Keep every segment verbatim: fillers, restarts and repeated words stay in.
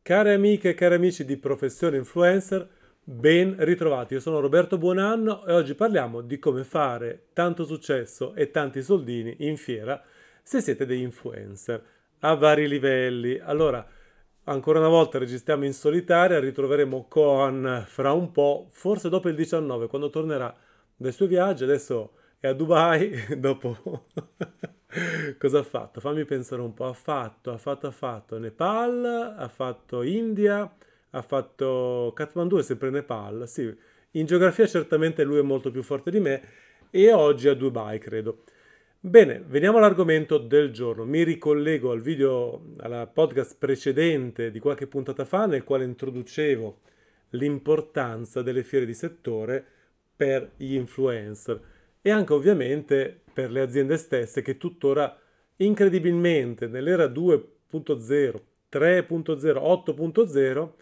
Care amiche e cari amici di Professione Influencer, ben ritrovati. Io sono Roberto Buonanno e oggi parliamo di come fare tanto successo e tanti soldini in fiera se siete degli influencer a vari livelli. Allora, ancora una volta registriamo in solitaria, ritroveremo Coan fra un po', forse dopo il diciannove, quando tornerà dai suoi viaggi. Adesso è a Dubai, dopo cosa ha fatto? Fammi pensare un po'. Ha fatto, ha fatto, ha fatto Nepal, ha fatto India, ha fatto Kathmandu, è sempre Nepal. Sì, in geografia certamente lui è molto più forte di me e oggi a Dubai, credo. Bene, veniamo all'argomento del giorno. Mi ricollego al video, al podcast precedente di qualche puntata fa, nel quale introducevo l'importanza delle fiere di settore per gli influencer e anche ovviamente per le aziende stesse che tuttora incredibilmente nell'era due punto zero, tre punto zero, otto punto zero,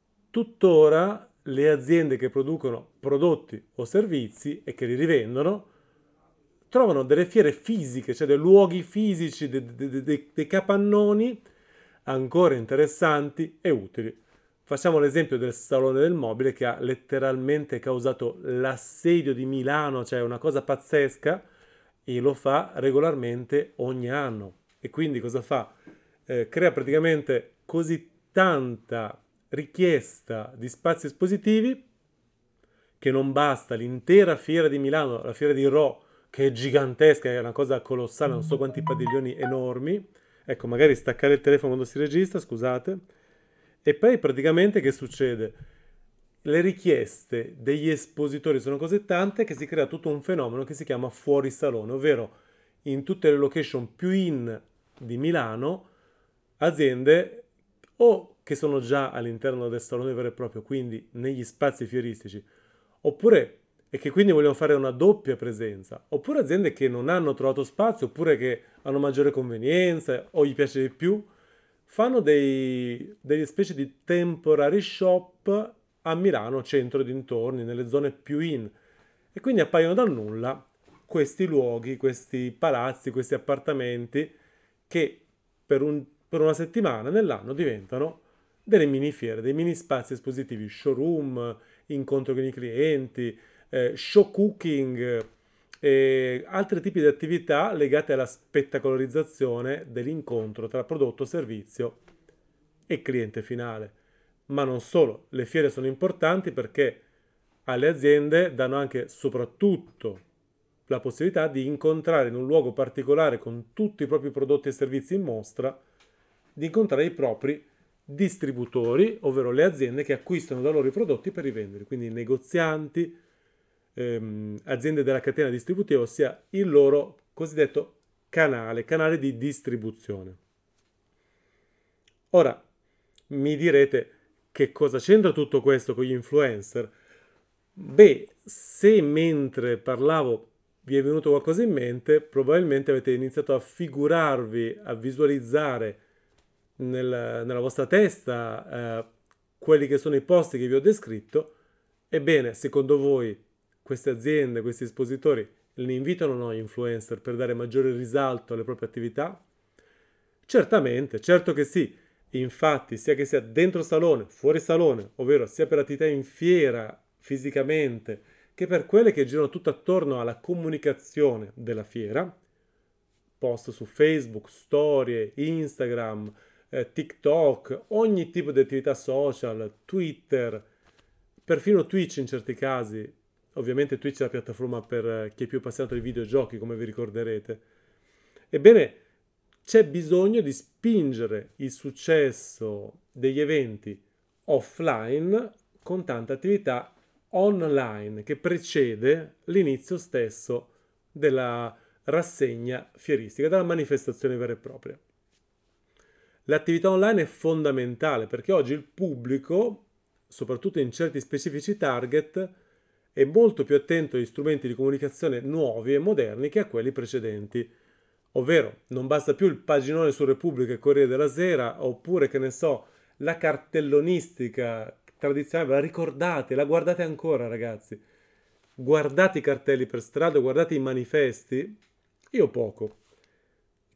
tuttora le aziende che producono prodotti o servizi e che li rivendono trovano delle fiere fisiche, cioè dei luoghi fisici, de- de- de- de- dei capannoni ancora interessanti e utili. Facciamo l'esempio del Salone del Mobile che ha letteralmente causato l'assedio di Milano, cioè una cosa pazzesca, e lo fa regolarmente ogni anno. E quindi cosa fa? Eh, crea praticamente così tanta richiesta di spazi espositivi che non basta l'intera fiera di Milano, la fiera di Rho, che è gigantesca, è una cosa colossale, non so quanti padiglioni enormi. Ecco, magari staccare il telefono quando si registra, scusate. E poi praticamente che succede? Le richieste degli espositori sono così tante che si crea tutto un fenomeno che si chiama fuori salone, ovvero in tutte le location più in di Milano, aziende o che sono già all'interno del salone vero e proprio, quindi negli spazi fieristici, oppure e che quindi vogliono fare una doppia presenza, oppure aziende che non hanno trovato spazio, oppure che hanno maggiore convenienza o gli piace di più, fanno dei, delle specie di temporary shop a Milano, centro e dintorni, nelle zone più in. E quindi appaiono dal nulla questi luoghi, questi palazzi, questi appartamenti che per, un- per una settimana nell'anno diventano delle mini fiere, dei mini spazi espositivi, showroom, incontro con i clienti, eh, show cooking e altri tipi di attività legate alla spettacolarizzazione dell'incontro tra prodotto, servizio e cliente finale. Ma non solo, le fiere sono importanti perché alle aziende danno anche soprattutto la possibilità di incontrare in un luogo particolare con tutti i propri prodotti e servizi in mostra, di incontrare i propri distributori, ovvero le aziende che acquistano da loro i prodotti per rivenderli, quindi negozianti, ehm, aziende della catena distributiva, ossia il loro cosiddetto canale, canale di distribuzione. Ora, mi direte che cosa c'entra tutto questo con gli influencer? Beh, se mentre parlavo vi è venuto qualcosa in mente, probabilmente avete iniziato a figurarvi, a visualizzare nel- nella vostra testa eh, quelli che sono i posti che vi ho descritto. Ebbene, secondo voi queste aziende, questi espositori li invitano o no gli influencer per dare maggiore risalto alle proprie attività? Certamente, certo che sì. Infatti, sia che sia dentro salone, fuori salone, ovvero sia per attività in fiera fisicamente, che per quelle che girano tutto attorno alla comunicazione della fiera, post su Facebook, storie, Instagram, eh, TikTok, ogni tipo di attività social, Twitter, perfino Twitch in certi casi. Ovviamente Twitch è la piattaforma per eh, chi è più appassionato di videogiochi, come vi ricorderete. Ebbene, c'è bisogno di spingere il successo degli eventi offline con tanta attività online che precede l'inizio stesso della rassegna fieristica, della manifestazione vera e propria. L'attività online è fondamentale perché oggi il pubblico, soprattutto in certi specifici target, è molto più attento agli strumenti di comunicazione nuovi e moderni che a quelli precedenti. Ovvero, non basta più il paginone su Repubblica e Corriere della Sera, oppure, che ne so, la cartellonistica tradizionale. La ricordate, la guardate ancora, ragazzi. Guardate i cartelli per strada, guardate i manifesti. Io poco.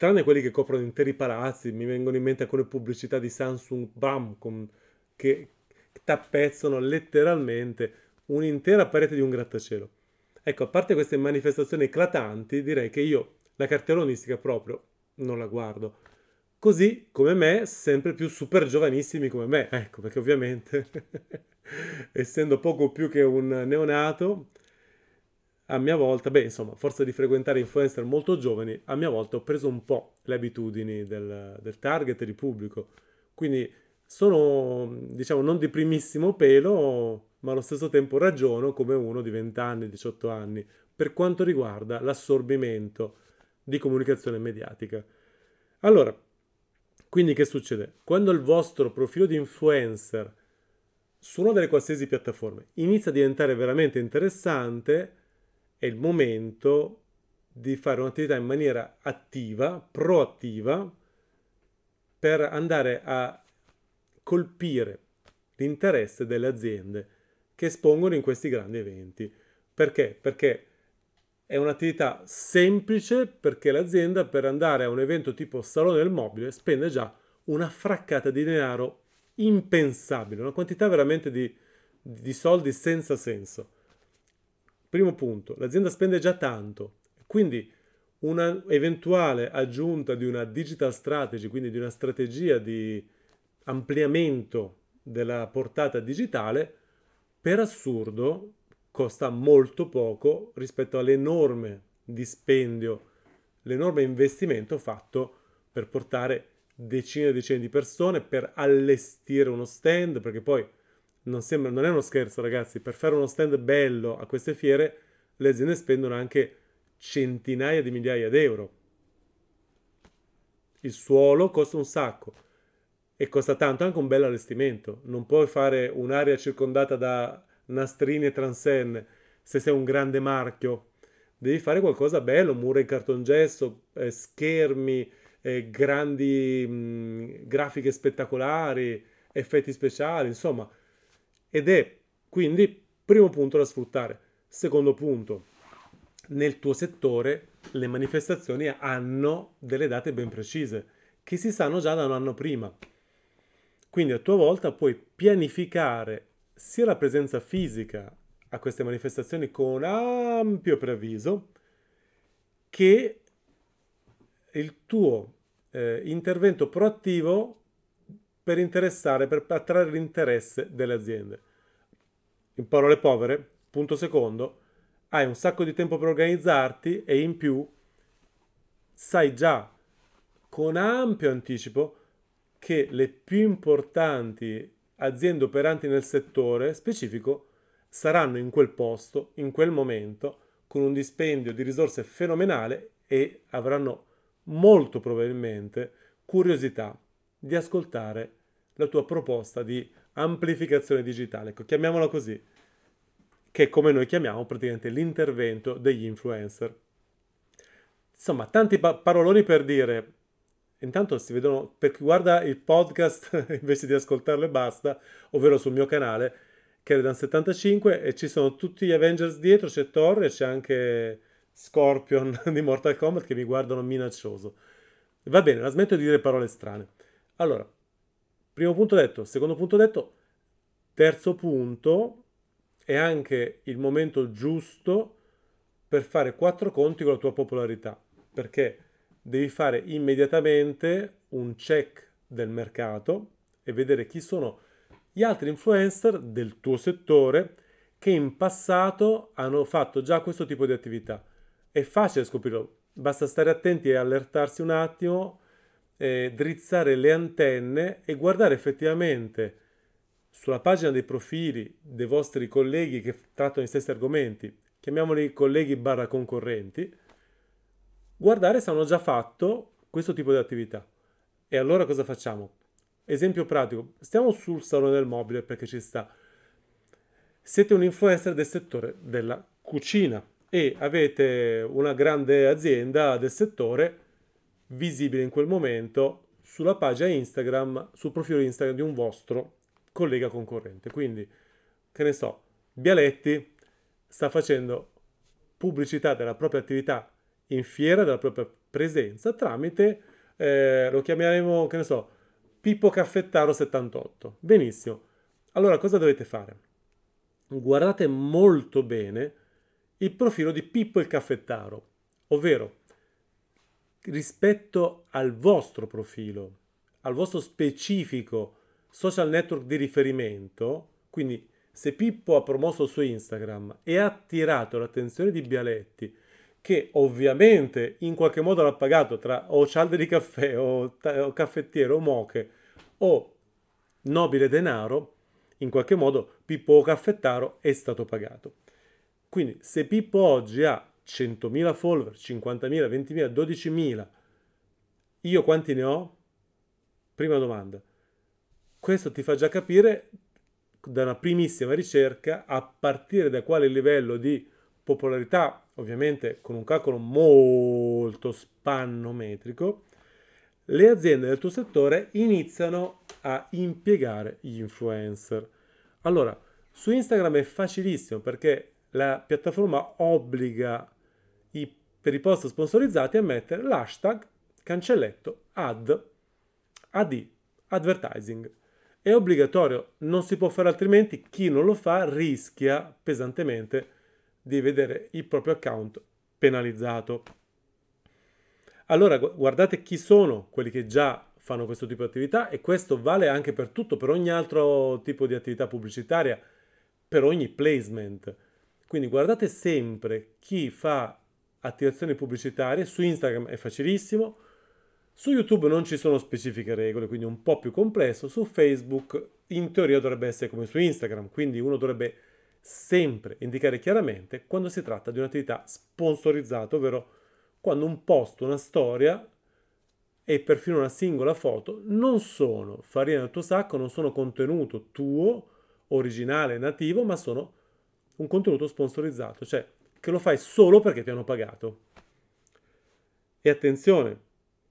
tranne quelli che coprono interi palazzi, mi vengono in mente alcune pubblicità di Samsung, bam, con- che tappezzano letteralmente un'intera parete di un grattacielo. Ecco, a parte queste manifestazioni eclatanti, direi che io la cartellonistica proprio non la guardo. Così come me, sempre più super giovanissimi come me, ecco, perché ovviamente, essendo poco più che un neonato, a mia volta, beh, insomma, a forza di frequentare influencer molto giovani, a mia volta ho preso un po' le abitudini del, del target e di pubblico. Quindi sono, diciamo, non di primissimo pelo, ma allo stesso tempo ragiono come uno di venti anni, diciotto anni, per quanto riguarda l'assorbimento di comunicazione mediatica. Allora, quindi che succede? Quando il vostro profilo di influencer su una delle qualsiasi piattaforme inizia a diventare veramente interessante, è il momento di fare un'attività in maniera attiva, proattiva, per andare a colpire l'interesse delle aziende che espongono in questi grandi eventi. Perché? Perché è un'attività semplice, perché l'azienda per andare a un evento tipo Salone del Mobile spende già una fraccata di denaro impensabile, una quantità veramente di, di soldi senza senso. Primo punto, l'azienda spende già tanto, quindi una eventuale aggiunta di una digital strategy, quindi di una strategia di ampliamento della portata digitale, per assurdo costa molto poco rispetto all'enorme dispendio, l'enorme investimento fatto per portare decine e decine di persone, per allestire uno stand, perché poi non sembra, non è uno scherzo, ragazzi, per fare uno stand bello a queste fiere le aziende spendono anche centinaia di migliaia di euro. Il suolo costa un sacco e costa tanto anche un bel allestimento. Non puoi fare un'area circondata da nastrini e transenne se sei un grande marchio. Devi fare qualcosa bello, mura in cartongesso, eh, schermi, eh, grandi mh, grafiche spettacolari, effetti speciali, insomma. Ed è quindi primo punto da sfruttare. Secondo punto, nel tuo settore le manifestazioni hanno delle date ben precise che si sanno già da un anno prima. Quindi a tua volta puoi pianificare sia la presenza fisica a queste manifestazioni con ampio preavviso che il tuo eh, intervento proattivo per interessare, per attrarre l'interesse delle aziende. In parole povere, punto secondo, hai un sacco di tempo per organizzarti e in più sai già con ampio anticipo che le più importanti aziende operanti nel settore specifico saranno in quel posto, in quel momento, con un dispendio di risorse fenomenale e avranno molto probabilmente curiosità di ascoltare la tua proposta di amplificazione digitale, ecco, chiamiamola così, che è come noi chiamiamo praticamente l'intervento degli influencer. Insomma, tanti pa- paroloni per dire, intanto si vedono, per chi guarda il podcast invece di ascoltarlo e basta, ovvero sul mio canale, Keredan settantacinque, e ci sono tutti gli Avengers dietro, c'è Thor e c'è anche Scorpion di Mortal Kombat che mi guardano minaccioso. Va bene, la smetto di dire parole strane. Allora, primo punto detto, secondo punto detto, terzo punto è anche il momento giusto per fare quattro conti con la tua popolarità, perché devi fare immediatamente un check del mercato e vedere chi sono gli altri influencer del tuo settore che in passato hanno fatto già questo tipo di attività. È facile scoprirlo, basta stare attenti e allertarsi un attimo, eh, drizzare le antenne e guardare effettivamente sulla pagina dei profili dei vostri colleghi che trattano gli stessi argomenti, chiamiamoli colleghi barra concorrenti, guardare se hanno già fatto questo tipo di attività. E allora cosa facciamo? Esempio pratico, stiamo sul salone del mobile perché ci sta. Siete un influencer del settore della cucina e avete una grande azienda del settore visibile in quel momento sulla pagina Instagram, sul profilo Instagram di un vostro collega concorrente. Quindi, che ne so, Bialetti sta facendo pubblicità della propria attività in fiera, della propria presenza tramite, eh, lo chiameremo, che ne so, Pippo Caffettaro settantotto. Benissimo. Allora cosa dovete fare? Guardate molto bene il profilo di Pippo il Caffettaro, ovvero rispetto al vostro profilo, al vostro specifico social network di riferimento, quindi se Pippo ha promosso su Instagram e ha attirato l'attenzione di Bialetti, che ovviamente in qualche modo l'ha pagato tra o cialde di caffè o, o caffettiere o moche o nobile denaro, in qualche modo Pippo Caffettaro è stato pagato. Quindi se Pippo oggi ha centomila follower, cinquantamila, ventimila, dodicimila, io quanti ne ho? Prima domanda. Questo ti fa già capire da una primissima ricerca a partire da quale livello di popolarità, ovviamente con un calcolo molto spannometrico, le aziende del tuo settore iniziano a impiegare gli influencer. Allora, su Instagram è facilissimo perché la piattaforma obbliga i, per i post sponsorizzati a mettere l'hashtag cancelletto ad ad advertising. È obbligatorio, non si può fare altrimenti, chi non lo fa rischia pesantemente di vedere il proprio account penalizzato. Allora guardate chi sono quelli che già fanno questo tipo di attività e questo vale anche per tutto, per ogni altro tipo di attività pubblicitaria, per ogni placement. Quindi guardate sempre chi fa attivazioni pubblicitarie, su Instagram è facilissimo, su YouTube non ci sono specifiche regole, quindi è un po' più complesso, su Facebook in teoria dovrebbe essere come su Instagram, quindi uno dovrebbe sempre indicare chiaramente quando si tratta di un'attività sponsorizzata, ovvero quando un post, una storia e perfino una singola foto non sono farina del tuo sacco, non sono contenuto tuo, originale, nativo, ma sono un contenuto sponsorizzato, cioè che lo fai solo perché ti hanno pagato. E attenzione,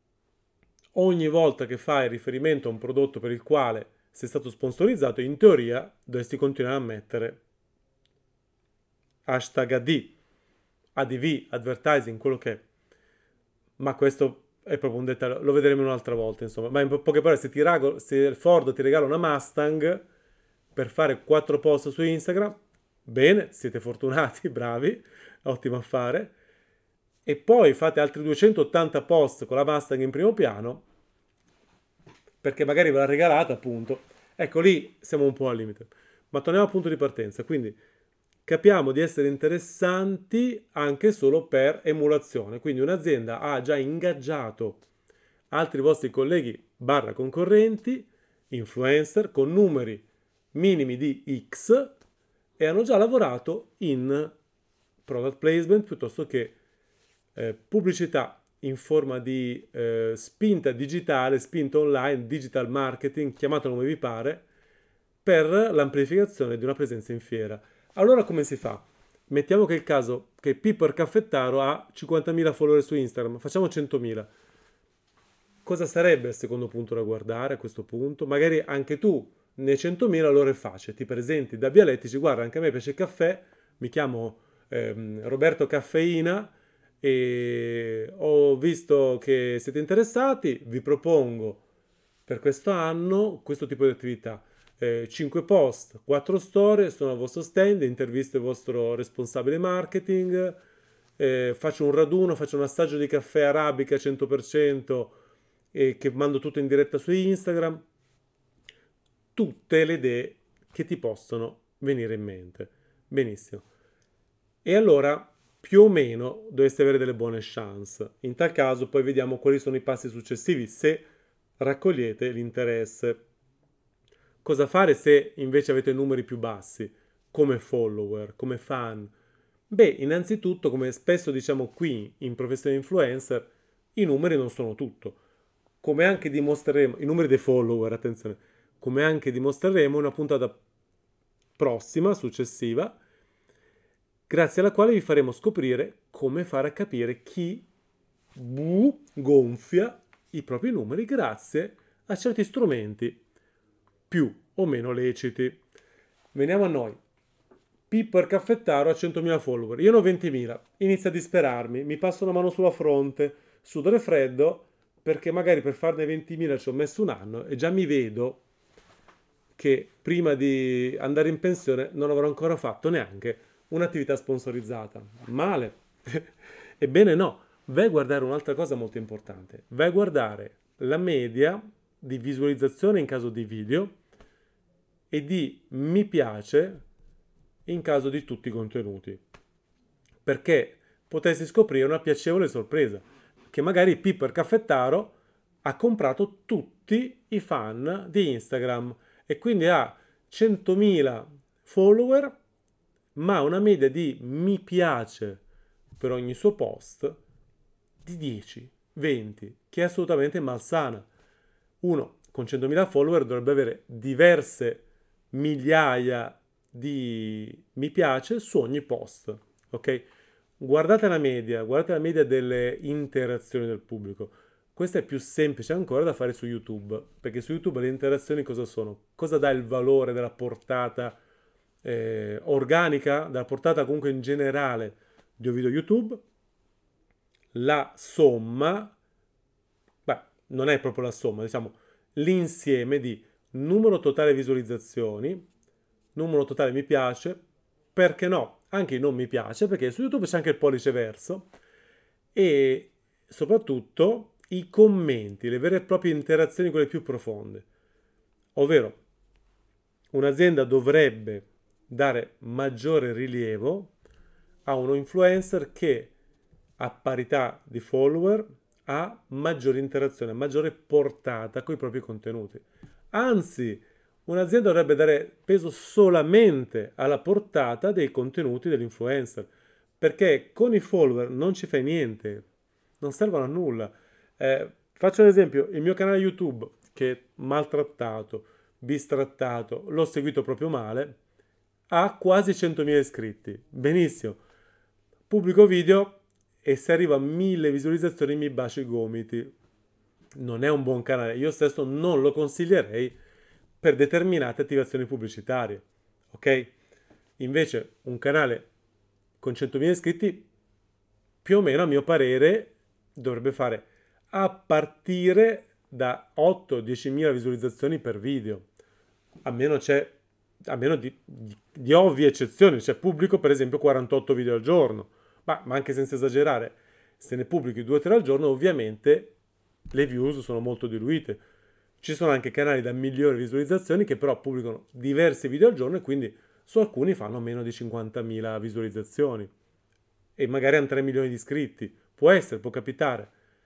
ogni volta che fai riferimento a un prodotto per il quale sei stato sponsorizzato, in teoria dovresti continuare a mettere hashtag A D, A D V, advertising, quello che è. Ma questo è proprio un dettaglio, lo vedremo un'altra volta, insomma. Ma in po- poche parole, se, ti rago, se Ford ti regala una Mustang per fare quattro post su Instagram, bene, siete fortunati, bravi, ottimo affare. E poi fate altri duecentottanta post con la Mustang in primo piano, perché magari ve l'ha regalata, appunto. Ecco, lì siamo un po' al limite. Ma torniamo al punto di partenza, quindi capiamo di essere interessanti anche solo per emulazione. Quindi un'azienda ha già ingaggiato altri vostri colleghi barra concorrenti, influencer, con numeri minimi di X e hanno già lavorato in product placement piuttosto che eh, pubblicità in forma di eh, spinta digitale, spinta online, digital marketing, chiamatelo come vi pare, per l'amplificazione di una presenza in fiera. Allora come si fa? Mettiamo che il caso che Pippo il Caffettaro ha cinquantamila follower su Instagram, facciamo centomila. Cosa sarebbe il secondo punto da guardare a questo punto? Magari anche tu nei centomila allora è facile, ti presenti da Bialetti, dici guarda anche a me piace il caffè, mi chiamo ehm, Roberto Caffeina e ho visto che siete interessati, vi propongo per questo anno questo tipo di attività. Eh, cinque post, quattro storie, sono al vostro stand, intervisto il vostro responsabile marketing, eh, faccio un raduno, faccio un assaggio di caffè arabica cento per cento e che mando tutto in diretta su Instagram. Tutte le idee che ti possono venire in mente. Benissimo. E allora più o meno dovreste avere delle buone chance. In tal caso poi vediamo quali sono i passi successivi se raccogliete l'interesse. Cosa fare se invece avete numeri più bassi, come follower, come fan? Beh, innanzitutto, come spesso diciamo qui in professione influencer, i numeri non sono tutto. Come anche dimostreremo, i numeri dei follower, attenzione, come anche dimostreremo in una puntata prossima, successiva, grazie alla quale vi faremo scoprire come fare a capire chi bu, gonfia i propri numeri grazie a certi strumenti più o meno leciti. Veniamo a noi. Pippo il Caffettaro ha centomila follower, io ne ho ventimila, inizia a disperarmi, mi passo una mano sulla fronte, sudore freddo, perché magari per farne ventimila ci ho messo un anno e già mi vedo che prima di andare in pensione non avrò ancora fatto neanche un'attività sponsorizzata. Male. Ebbene no, vai a guardare un'altra cosa molto importante. Vai a guardare la media di visualizzazione in caso di video e di mi piace in caso di tutti i contenuti. Perché potessi scoprire una piacevole sorpresa, che magari Pippo il Caffettaro ha comprato tutti i fan di Instagram e quindi ha centomila follower, ma una media di mi piace per ogni suo post di dieci, venti, che è assolutamente malsana. Uno con centomila follower dovrebbe avere diverse migliaia di mi piace su ogni post, ok? Guardate la media, guardate la media delle interazioni del pubblico. Questo è più semplice ancora da fare su YouTube, perché su YouTube le interazioni cosa sono? Cosa dà il valore della portata eh, organica, della portata comunque in generale di un video YouTube? La somma, beh, non è proprio la somma, diciamo l'insieme di numero totale visualizzazioni, numero totale mi piace, perché no? Anche non mi piace, perché su YouTube c'è anche il pollice verso, e soprattutto i commenti, le vere e proprie interazioni, quelle più profonde. Ovvero, un'azienda dovrebbe dare maggiore rilievo a uno influencer che a parità di follower ha maggiore interazione, maggiore portata con i propri contenuti. Anzi, un'azienda dovrebbe dare peso solamente alla portata dei contenuti dell'influencer, perché con i follower non ci fai niente, non servono a nulla. Eh, faccio un esempio, il mio canale YouTube, che è maltrattato, bistrattato, l'ho seguito proprio male, ha quasi centomila iscritti. Benissimo. Pubblico video e se arriva a mille visualizzazioni mi bacio i gomiti. Non è un buon canale, io stesso non lo consiglierei per determinate attivazioni pubblicitarie, ok? Invece un canale con centomila iscritti più o meno a mio parere dovrebbe fare a partire da otto-diecimila visualizzazioni per video, a meno, c'è, a meno di, di, di ovvie eccezioni, c'è pubblico per esempio quarantotto video al giorno, ma, ma anche senza esagerare, se ne pubblichi due o tre al giorno ovviamente le views sono molto diluite. Ci sono anche canali da migliori visualizzazioni che però pubblicano diversi video al giorno e quindi su alcuni fanno meno di cinquantamila visualizzazioni e magari hanno tre milioni di iscritti. Può essere, può capitare.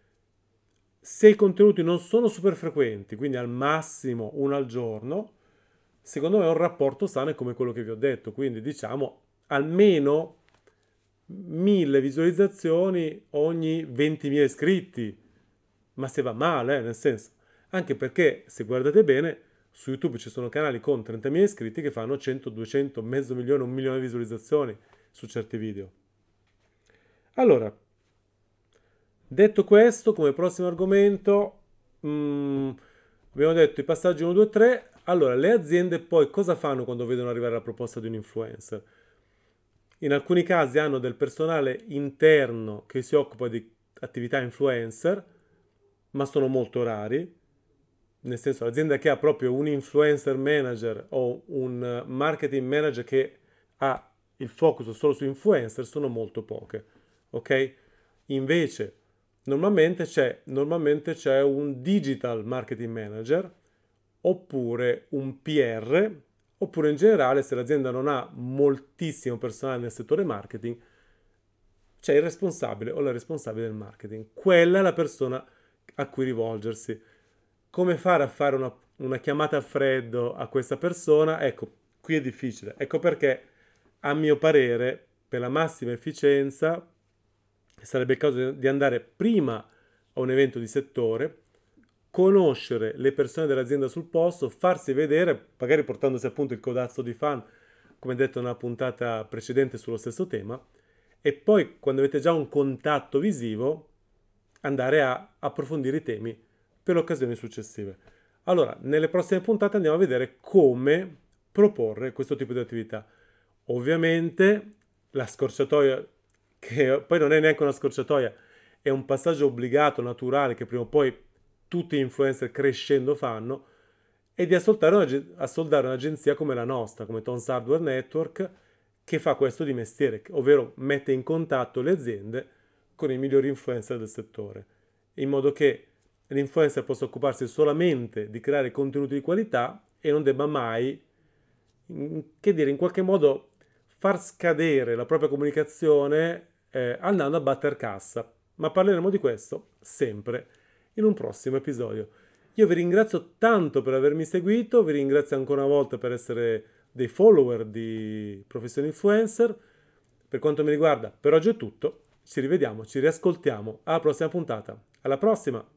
Se i contenuti non sono super frequenti, quindi al massimo uno al giorno, secondo me un rapporto sano è come quello che vi ho detto, quindi diciamo almeno mille visualizzazioni ogni ventimila iscritti, ma se va male, eh, nel senso, anche perché se guardate bene su YouTube ci sono canali con trentamila iscritti che fanno cento, duecento, mezzo milione, un milione di visualizzazioni su certi video. Allora, detto questo, come prossimo argomento, mm, abbiamo detto i passaggi uno, due, tre. Allora, le aziende poi cosa fanno quando vedono arrivare la proposta di un influencer? In alcuni casi hanno del personale interno che si occupa di attività influencer, ma sono molto rari. Nel senso, l'azienda che ha proprio un influencer manager o un marketing manager che ha il focus solo su influencer sono molto poche, ok? Invece, normalmente c'è, normalmente c'è un digital marketing manager oppure un P R, oppure in generale, se l'azienda non ha moltissimo personale nel settore marketing, c'è il responsabile o la responsabile del marketing. Quella è la persona a cui rivolgersi. Come fare a fare una, una chiamata a freddo a questa persona? Ecco, qui è difficile. Ecco perché, a mio parere, per la massima efficienza, sarebbe il caso di andare prima a un evento di settore, conoscere le persone dell'azienda sul posto, farsi vedere, magari portandosi appunto il codazzo di fan, come detto nella puntata precedente sullo stesso tema, e poi quando avete già un contatto visivo, andare a approfondire i temi per le occasioni successive. Allora, nelle prossime puntate andiamo a vedere come proporre questo tipo di attività. Ovviamente la scorciatoia, che poi non è neanche una scorciatoia, è un passaggio obbligato, naturale, che prima o poi tutti gli influencer crescendo fanno, è di assoldare, una, assoldare un'agenzia come la nostra, come Tons Hardware Network, che fa questo di mestiere, ovvero mette in contatto le aziende con i migliori influencer del settore, in modo che l'influencer possa occuparsi solamente di creare contenuti di qualità e non debba mai, che dire, in qualche modo far scadere la propria comunicazione eh, andando a batter cassa. Ma parleremo di questo sempre in un prossimo episodio. Io vi ringrazio tanto per avermi seguito, vi ringrazio ancora una volta per essere dei follower di Professione Influencer. Per quanto mi riguarda, per oggi è tutto. Ci rivediamo, ci riascoltiamo alla prossima puntata. Alla prossima!